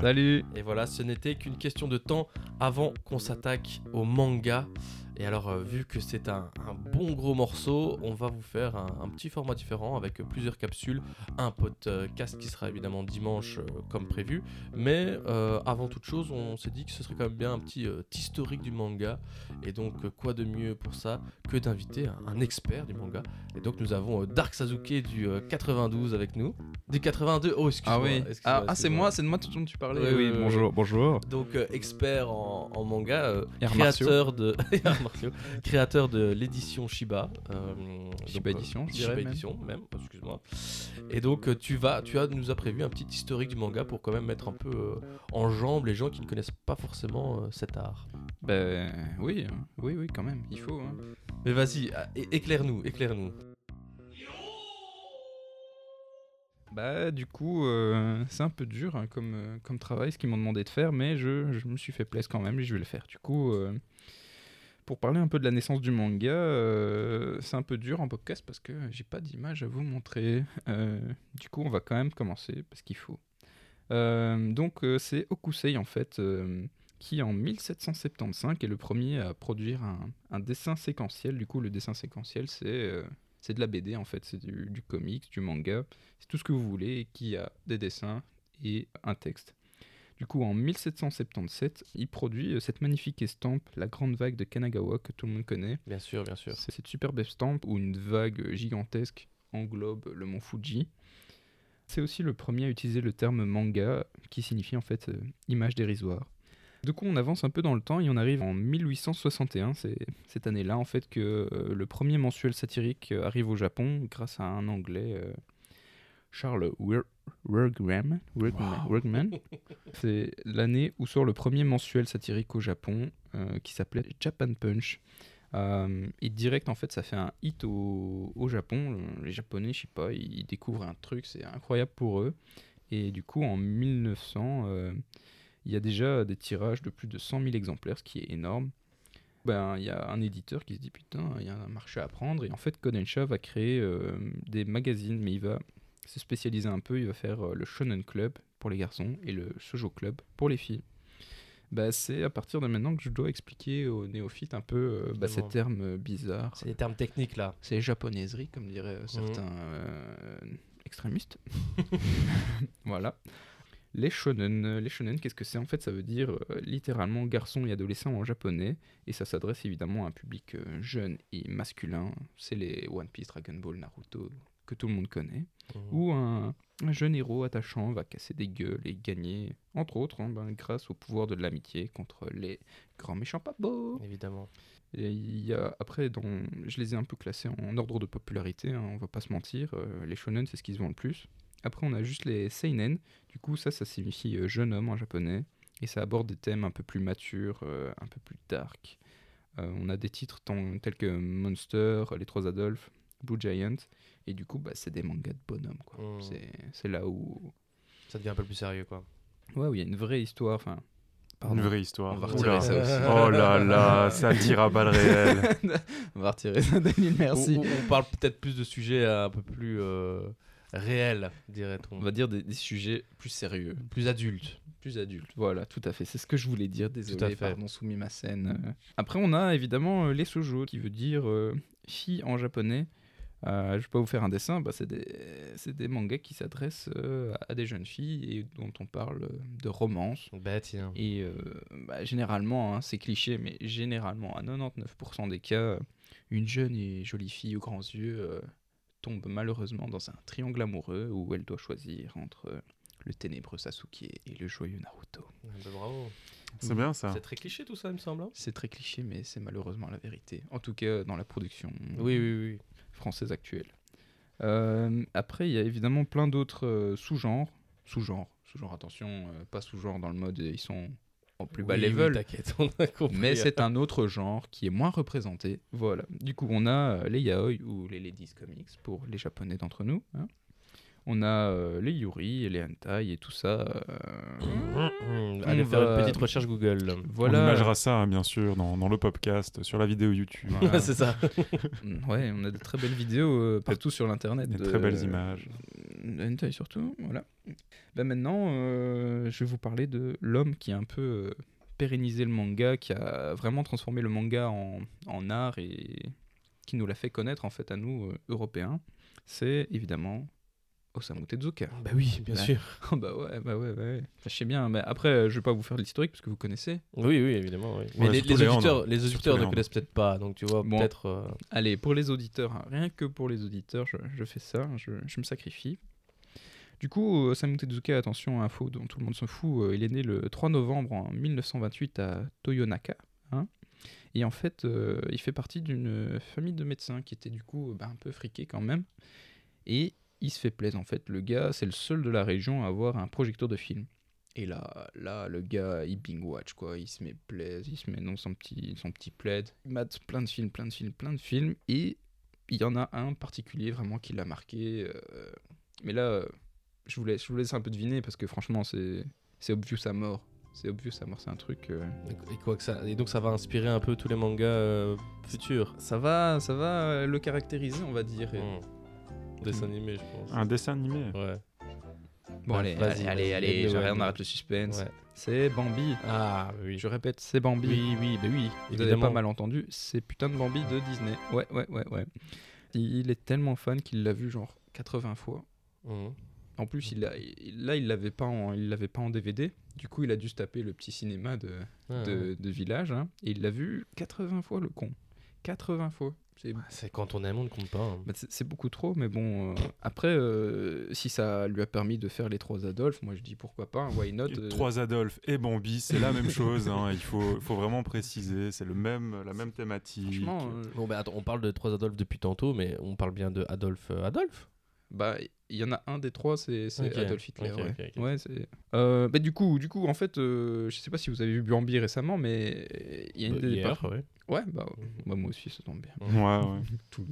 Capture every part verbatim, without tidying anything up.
Salut. Et voilà, ce n'était qu'une question de temps avant qu'on s'attaque au manga. Et alors, euh, vu que c'est un, un bon gros morceau, on va vous faire un, un petit format différent avec euh, plusieurs capsules. Un podcast qui sera évidemment dimanche euh, comme prévu. Mais euh, avant toute chose, on s'est dit que ce serait quand même bien un petit euh, historique du manga. Et donc, euh, quoi de mieux pour ça que d'inviter un, un expert du manga. Et donc, nous avons euh, Dark Sasuke du euh, quatre-vingt-douze avec nous. Du quatre-vingt-deux, oh excuse-moi. Ah oui. excuse-moi, Ah, ah, c'est excuse-moi. moi, c'est de moi dont tu parlais. Oui, oui, oui, bonjour, bonjour. Donc euh, expert en, en manga, euh, Et arts créateur de et arts martiaux, créateur de l'édition Shiba, euh, Shiba donc, euh, Edition, je Shiba dirais même. Edition même, oh, excuse-moi. Et donc euh, tu vas, tu as nous as prévu un petit historique du manga pour quand même mettre un peu euh, en jambe les gens qui ne connaissent pas forcément euh, cet art. Ben oui, hein. oui, oui, quand même, il faut. Hein. Mais vas-y, ah, é- éclaire-nous, éclaire-nous. Bah du coup, euh, c'est un peu dur hein, comme, euh, comme travail, ce qu'ils m'ont demandé de faire, mais je, je me suis fait plaisir quand même et je vais le faire. Du coup, euh, pour parler un peu de la naissance du manga, euh, c'est un peu dur en podcast parce que j'ai pas d'image à vous montrer. Euh, du coup, on va quand même commencer parce qu'il faut. Euh, donc euh, c'est Hokusei en fait, euh, qui en mille sept cent soixante-quinze est le premier à produire un, un dessin séquentiel. Du coup, le dessin séquentiel, c'est... euh, c'est de la B D en fait, c'est du, du comics, du manga, c'est tout ce que vous voulez et qui a des dessins et un texte. Du coup, en mille sept cent soixante-dix-sept, il produit cette magnifique estampe, la grande vague de Kanagawa que tout le monde connaît. Bien sûr, bien sûr. C'est cette superbe estampe où une vague gigantesque englobe le mont Fuji. C'est aussi le premier à utiliser le terme manga, qui signifie en fait euh, image dérisoire. Du coup, on avance un peu dans le temps et on arrive en mille huit cent soixante et un. C'est cette année-là, en fait, que euh, le premier mensuel satirique euh, arrive au Japon grâce à un Anglais, euh, Charles Wergman. Wergman. C'est l'année où sort le premier mensuel satirique au Japon, euh, qui s'appelait Japan Punch. Euh, et direct, en fait, ça fait un hit au, au Japon. Les Japonais, je sais pas, ils découvrent un truc, c'est incroyable pour eux. Et du coup, en mille neuf cents... Euh, il y a déjà des tirages de plus de cent mille exemplaires, ce qui est énorme. Ben, il y a un éditeur qui se dit putain, il y a un marché à prendre. Et en fait, Kodansha va créer euh, des magazines, mais il va se spécialiser un peu. Il va faire euh, le Shonen Club pour les garçons et le Shoujo Club pour les filles. Ben, c'est à partir de maintenant que je dois expliquer aux néophytes un peu euh, ben, ces termes euh, bizarres. C'est des termes techniques là. C'est japonaiserie, comme diraient euh, certains euh, extrémistes. Voilà. Les shonen, les shonen, qu'est-ce que c'est? En fait, ça veut dire euh, littéralement garçon et adolescent en japonais, et ça s'adresse évidemment à un public euh, jeune et masculin. C'est les One Piece, Dragon Ball, Naruto, que tout le monde connaît. Mmh. Où un, un jeune héros attachant va casser des gueules et gagner, entre autres, hein, ben, grâce au pouvoir de l'amitié contre les grands méchants papos. Évidemment. Et il y a, après, dans, je les ai un peu classés en ordre de popularité, hein, on va pas se mentir. Euh, les shonen, c'est ce qui se vend le plus. Après, on a juste les seinen. Du coup, ça, ça signifie euh, jeune homme en japonais. Et ça aborde des thèmes un peu plus matures, euh, un peu plus dark. Euh, on a des titres tant, tels que Monster, Les Trois Adolphes, Blue Giant. Et du coup, bah, c'est des mangas de bonhomme, quoi. Mmh. C'est, c'est là où... Ça devient un peu plus sérieux, quoi. Ouais, où il y a une vraie histoire. Enfin, Une vraie histoire. On va retirer ça aussi. Oh là là, ça tire à balles réelles. On va retirer ça, Daniel, merci. On, on parle peut-être plus de sujets un peu plus... Euh... réel, dirait-on. On va dire des, des sujets plus sérieux. Plus adultes. Plus adultes, voilà, tout à fait. C'est ce que je voulais dire, désolé, pardon, soumis ma scène. Après, on a évidemment euh, les shoujo, qui veut dire euh, fille en japonais. Euh, je vais pas vous faire un dessin, bah, c'est, des, c'est des mangas qui s'adressent euh, à des jeunes filles et dont on parle de romance. Bah tiens. Et euh, bah, généralement, hein, c'est cliché, mais généralement, à quatre-vingt-dix-neuf pour cent des cas, une jeune et jolie fille aux grands yeux... Euh, tombe malheureusement dans un triangle amoureux où elle doit choisir entre le ténébreux Sasuke et le joyeux Naruto. Ah bah bravo. C'est bien ça. C'est très cliché tout ça, il me semble. Hein. C'est très cliché, mais c'est malheureusement la vérité. En tout cas, dans la production oui, oui, oui. française actuelle. Euh, après, il y a évidemment plein d'autres euh, sous-genres. Sous-genres, sous-genres, attention, euh, pas sous-genres dans le mode ils sont... au plus bas oui, level, oui, t'inquiète, on a compris. Mais c'est un autre genre qui est moins représenté. Voilà. Du coup, on a les yaoi ou les ladies comics pour les japonais d'entre nous. Hein. On a euh, les yuri et les hentai et tout ça. euh, Mmh, allez on faire va- une petite recherche Google. On Voilà. imagera ça, hein, bien sûr, dans, dans le podcast, sur la vidéo YouTube. Voilà. c'est ça. Ouais, on a de très belles vidéos euh, partout sur l'internet. Des de- très belles images. de hentai surtout, voilà. Ben maintenant, euh, je vais vous parler de l'homme qui a un peu euh, pérennisé le manga, qui a vraiment transformé le manga en, en art et qui nous l'a fait connaître en fait à nous, euh, Européens. C'est évidemment Osamu Tezuka. Bah oui, bien Ouais. sûr. Oh bah ouais, bah ouais, ouais. Enfin, je sais bien, mais après, euh, je vais pas vous faire de l'historique parce que vous connaissez. Oui, oui, évidemment. Oui. Mais Ouais, les, surtout les les auditeurs, Andes. les Surtout auditeurs les ne Andes. connaissent peut-être pas, donc tu vois, Bon. peut-être. euh, Allez, pour les auditeurs, hein, rien que pour les auditeurs, je, je fais ça, je, je me sacrifie. Du coup, Osamu Tezuka, attention, info dont tout le monde se fout, euh, il est né le trois novembre en mille neuf cent vingt-huit à Toyonaka. Hein, et en fait, euh, il fait partie d'une famille de médecins qui était du coup bah, un peu friquée quand même. Et il se fait plaisir, en fait. Le gars, c'est le seul de la région à avoir un projecteur de film. Et là, là, le gars, il binge-watch, quoi. Il se met plaise, il se met dans son petit, son petit plaid. Il mate plein de films, plein de films, plein de films. Et il y en a un particulier, vraiment, qui l'a marqué. euh, Mais là, euh, je vous, laisse, je vous laisse un peu deviner, parce que franchement, c'est, c'est obvious à mort. C'est obvious à mort, c'est un truc... euh, Et, quoi que ça... et donc ça va inspirer un peu tous les mangas euh, futurs. Ça va, ça va euh, le caractériser, on va dire. Et- Mmh. Dessin animé, je pense. Un dessin animé. Ouais. Bon, Ouais, allez, vas-y, allez, allez, vas-y, allez, aide-nous, j'arrête, on aide-nous. arrête le suspense. Ouais. C'est Bambi. Ah, oui. Je répète, c'est Bambi. Oui, oui, bah oui, Vous avez évidemment. pas mal entendu, c'est putain de Bambi de Disney. Ouais, ouais, ouais, ouais. Il est tellement fan qu'il l'a vu genre quatre-vingts fois. Mmh. En plus, il a, il- là, il l'avait pas, en- il l'avait pas en D V D. Du coup, il a dû se taper le petit cinéma de, Ah, ouais. de, de village. Hein, et il l'a vu quatre-vingts fois, le con. quatre-vingts fois. C'est, C'est quand on aime, on ne compte pas. hein. bah, c'est, c'est beaucoup trop, mais bon. euh, après, euh, si ça lui a permis de faire les trois Adolphes, moi je dis pourquoi pas, hein, why not. euh, Trois Adolphe et Bambi, c'est la même chose. Hein, il faut, faut vraiment préciser. C'est le même, la même thématique. Franchement, euh, Bon, bah attends, on parle de trois Adolphes depuis tantôt, mais on parle bien de Adolphe euh, Adolphe bah, il y en a un des trois, c'est, c'est Ok, Adolf Hitler. ok, ouais. ok, ok. Ouais, c'est... Euh, bah, du coup, du coup, en fait, euh, je sais pas si vous avez vu Bambi récemment, mais il y a une Bah, des Hier, par- ouais. Ouais, bah, Mhm. bah, moi aussi, ça tombe bien. Ouais, ouais. Tout-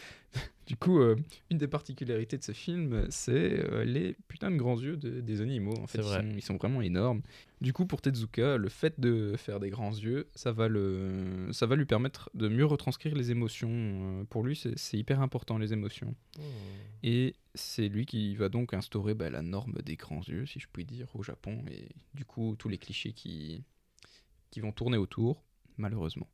Du coup, euh, une des particularités de ce film, c'est euh, les putains de grands yeux de- des animaux. En fait, C'est ils vrai. sont, ils sont vraiment énormes. Du coup, pour Tezuka, le fait de faire des grands yeux, ça va, le, ça va lui permettre de mieux retranscrire les émotions. Euh, Pour lui, c'est c'est hyper important, les émotions. Mmh. Et c'est lui qui va donc instaurer bah, la norme des grands yeux, si je puis dire, au Japon. Et du coup, tous les clichés qui, qui vont tourner autour, malheureusement.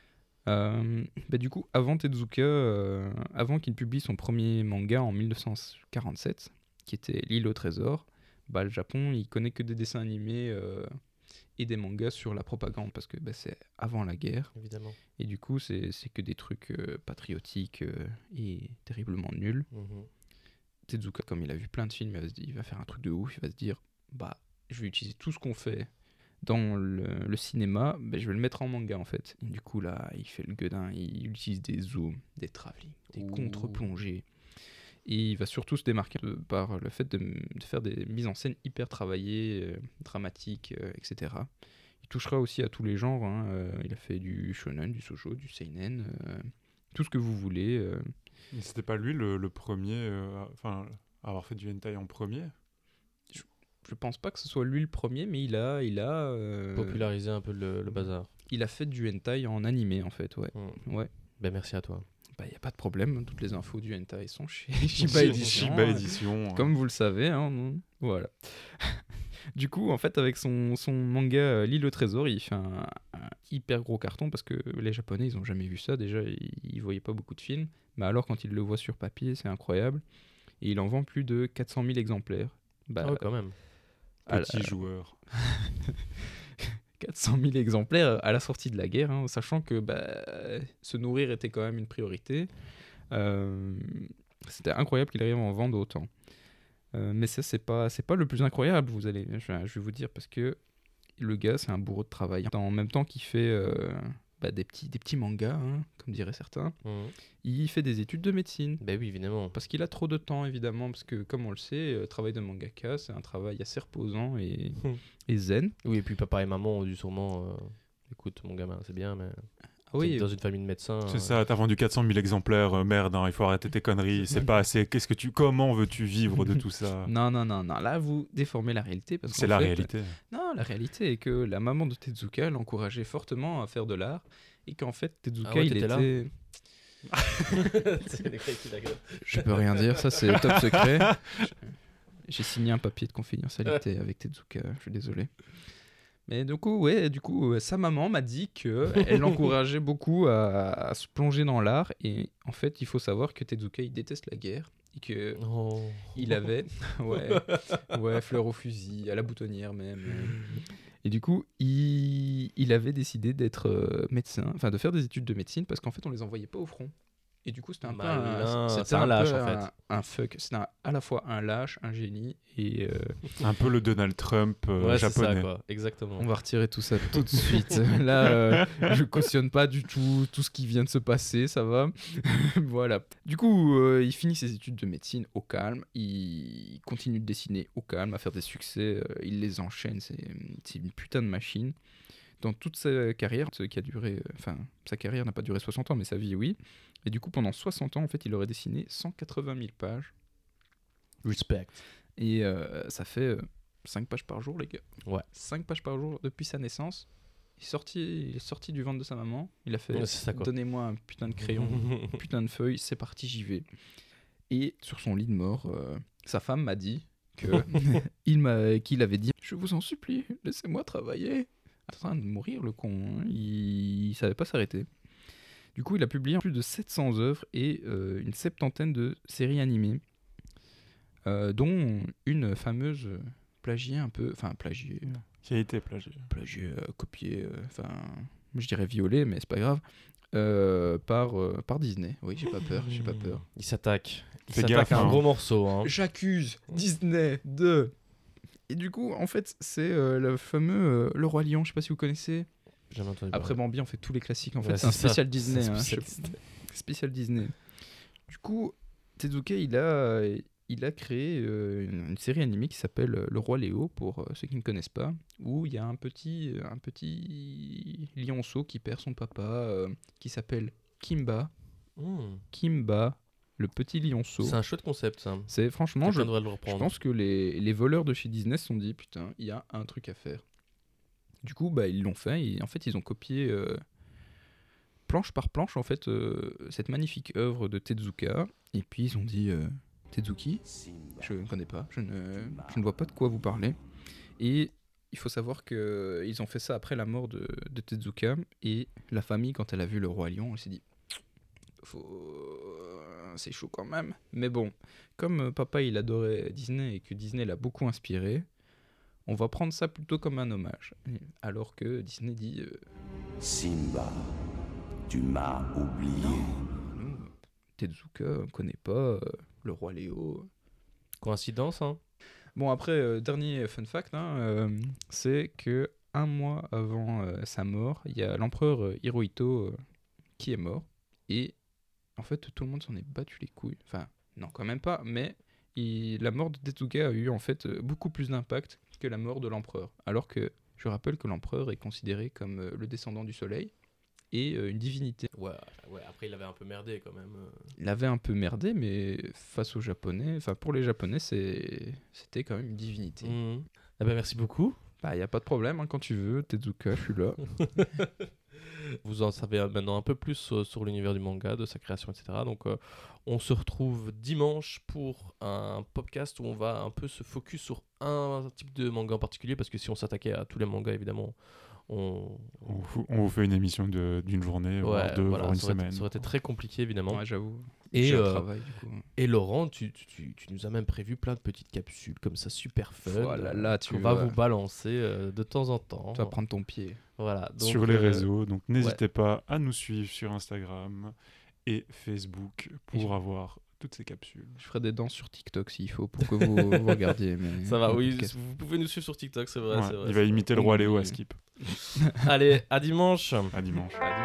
Euh, bah, du coup, avant Tezuka, euh, avant qu'il publie son premier manga en mille neuf cent quarante-sept, qui était L'île au trésor, bah, le Japon, il connaît que des dessins animés euh, et des mangas sur la propagande, parce que bah, c'est avant la guerre. Évidemment. Et du coup, c'est c'est que des trucs euh, patriotiques euh, et terriblement nuls. Mhm. Tezuka, comme il a vu plein de films, il va, se dire- il va faire un truc de ouf, il va se dire, bah, je vais utiliser tout ce qu'on fait dans le, le cinéma, bah, je vais le mettre en manga en fait. Et du coup là, il fait le gueudin, il utilise des zooms, des travelling, des Ouh. contre-plongées. Et il va surtout se démarquer de- par le fait de, de faire des mises en scène hyper travaillées, euh, dramatiques, euh, et cetera. Il touchera aussi à tous les genres, hein, euh, il a fait du shonen, du shoujo, du seinen, euh, tout ce que vous voulez. euh, Mais C'était pas lui le, le premier, euh, enfin, à avoir fait du hentai en premier. Je pense pas que ce soit lui le premier, mais il a, il a, euh, Populariser un peu le, le bazar. il a fait du hentai en animé en fait, ouais. Mmh. Ouais. Ben merci à toi. Bah y a pas de problème, toutes les infos du hentai sont chez Shiba Edition. Shiba Edition. Comme vous le savez, hein, non voilà. Du coup, en fait, avec son, son manga euh, L'île au trésor, il fait un, un hyper gros carton parce que les Japonais, ils ont jamais vu ça. Déjà, ils, ils voyaient pas beaucoup de films. Mais alors, quand ils le voient sur papier, c'est incroyable. Et il en vend plus de quatre cent mille exemplaires. Bah, Ah ouais, quand même. à la- Petit joueur. quatre cent mille exemplaires à la sortie de la guerre, hein, sachant que bah, se nourrir était quand même une priorité. Euh, C'était incroyable qu'il arrive à en vendre autant. Euh, mais ça, c'est pas, c'est pas le plus incroyable, vous allez, je, je vais vous dire, parce que le gars, c'est un bourreau de travail. En même temps qu'il fait euh, bah, des, petits, des petits mangas, hein, comme diraient certains, Mhm. il fait des études de médecine. Ben oui, évidemment. Parce qu'il a trop de temps, évidemment, parce que, comme on le sait, le travail de mangaka, c'est un travail assez reposant et, Hmm. et zen. Oui, et puis papa et maman ont dû sûrement. euh, Écoute, mon gamin, c'est bien, mais. Ah oui, dans une famille de médecins. C'est euh, ça, t'as vendu quatre cent mille exemplaires, euh, merde, hein, il faut arrêter tes conneries, c'est pas assez. Qu'est-ce que tu, comment veux-tu vivre de tout ça? non, non, non, non. Là, vous déformez la réalité. Parce C'est qu'en la fait, réalité. Non, la réalité est que la maman de Tezuka l'encourageait fortement à faire de l'art et qu'en fait, Tezuka, Ah ouais, il t'étais là était. C'est les gars qui la gueule. Je peux rien dire, ça c'est top secret. J'ai signé un papier de confidentialité avec Tezuka, je suis désolé. Mais du coup, ouais, du coup, euh, sa maman m'a dit qu'elle l'encourageait beaucoup à, à se plonger dans l'art. Et en fait, il faut savoir que Tezuka, il déteste la guerre. Et que Oh. il avait, ouais, ouais, fleur au fusil, à la boutonnière même. Et du coup, il, il avait décidé d'être euh, médecin, enfin de faire des études de médecine parce qu'en fait, on les envoyait pas au front. Et du coup, c'était un peu Malin, un, c'est c'était un un lâche, peu en fait. un, un fuck. C'était un- à la fois un lâche, un génie et euh, Un peu le Donald Trump euh, Ouais, c'est ça, japonais. quoi. Exactement. on va retirer tout ça tout de suite. Là, euh, je cautionne pas du tout tout ce qui vient de se passer, ça va. Voilà. Du coup, euh, il finit ses études de médecine au calme. Il continue de dessiner au calme, à faire des succès. euh, il les enchaîne. C'est, c'est une putain de machine. Dans toute sa carrière, ce qui a duré, euh, enfin, sa carrière n'a pas duré soixante ans, mais sa vie, oui. Et du coup, pendant soixante ans, en fait, il aurait dessiné cent quatre-vingt mille pages. Respect. Et euh, ça fait euh, cinq pages par jour, les gars. Ouais. cinq pages par jour depuis sa naissance. Il est sorti, il est sorti du ventre de sa maman. Il a fait Ouais, c'est ça, quoi. donnez-moi un putain de crayon, une putain de feuille, c'est parti, j'y vais. Et sur son lit de mort, euh, sa femme m'a dit que il m'a, qu'il avait dit je vous en supplie, laissez-moi travailler. En train de mourir, le con. hein. Il, il savait pas s'arrêter. Du coup, il a publié plus de sept cents œuvres et euh, une septantaine de séries animées, euh, dont une fameuse plagiée un peu, enfin plagiée, Qui a été plagié. plagiée, euh, copiée, euh, enfin, je dirais violée, mais c'est pas grave, euh, par, euh, par Disney. Oui, j'ai pas peur, j'ai pas peur. Il s'attaque. Il Fais s'attaque gaffe, à un hein. gros morceau. Hein. J'accuse Disney de... Et du coup, en fait, c'est euh, le fameux euh, Le Roi Lion, je sais pas si vous connaissez. J'ai jamais entendu Après parler. Bambi, on fait tous les classiques. En fait, Ouais, c'est un c'est ça. spécial Disney. C'est hein, spécial je- Disney. spécial Disney. Du coup, Tezuka, il a, il a créé euh, une, une série animée qui s'appelle euh, Le Roi Léo, pour euh, ceux qui ne connaissent pas, où il y a un petit, un petit lionceau qui perd son papa, euh, qui s'appelle Kimba. Hmm. Kimba, le petit lionceau. C'est un chouette concept, ça. C'est franchement, Quelqu'un je, devrait le je reprendre. pense que les, les voleurs de chez Disney se sont dit, putain, il y a un truc à faire. Du coup, bah, ils l'ont fait. Et en fait, ils ont copié euh, planche par planche, en fait, euh, cette magnifique œuvre de Tezuka. Et puis, ils ont dit, euh, Tezuki, je ne connais pas, je ne, je ne vois pas de quoi vous parlez. Et il faut savoir qu'ils ont fait ça après la mort de, de Tezuka. Et la famille, quand elle a vu le Roi Lion, elle s'est dit, faut... c'est chaud quand même. Mais bon, comme euh, papa il adorait Disney et que Disney l'a beaucoup inspiré, on va prendre ça plutôt comme un hommage. Alors que Disney dit euh, Simba, tu m'as oublié. nous, Tezuka, on connaît pas euh, le Roi Léo. Coïncidence, hein. Bon, après, euh, dernier fun fact, hein, euh, c'est que un mois avant euh, sa mort, il y a l'empereur euh, Hirohito euh, qui est mort. Et en fait, tout le monde s'en est battu les couilles. Enfin, non, quand même pas, mais il- la mort de Tezuka a eu en fait euh, beaucoup plus d'impact que la mort de l'empereur. Alors que je rappelle que l'empereur est considéré comme euh, le descendant du soleil et euh, une divinité. Ouais, ouais, après il avait un peu merdé quand même. euh. Il avait un peu merdé, mais face aux Japonais, enfin pour les Japonais, c'est... c'était quand même une divinité. Mhm. Eh ben, merci beaucoup. Bah, y a pas de problème, hein, quand tu veux, Tezuka, je suis là. Vous en savez euh, maintenant un peu plus euh, sur l'univers du manga, de sa création, et cetera. Donc euh, on se retrouve dimanche pour un podcast où on va un peu se focus sur un type de manga en particulier, parce que si on s'attaquait à tous les mangas, évidemment, on... On vous, on vous fait une émission de- d'une journée, voire Ouais, deux, voilà, voire une ça, aurait été, semaine. ça aurait été très compliqué, évidemment. Ouais, j'avoue. Et, J'ai un euh, travail, du coup. Et Laurent, tu, tu, tu, tu nous as même prévu plein de petites capsules comme ça, super fun. Oh là là, tu qu'on va vas- vous balancer euh, de temps en temps. Tu vas prendre ton pied. Voilà. Donc, Sur les euh, réseaux, donc n'hésitez pas à nous suivre sur Instagram et Facebook pour Et je- avoir toutes ces capsules. Je ferai des danses sur TikTok s'il faut pour que vous, vous regardiez. Mais Ça va, le oui, podcast- vous pouvez nous suivre sur TikTok, c'est vrai. Ouais, c'est vrai il c'est va imiter le vrai. roi Léo à Oui. Skip. Allez, à dimanche. À dimanche. À dimanche.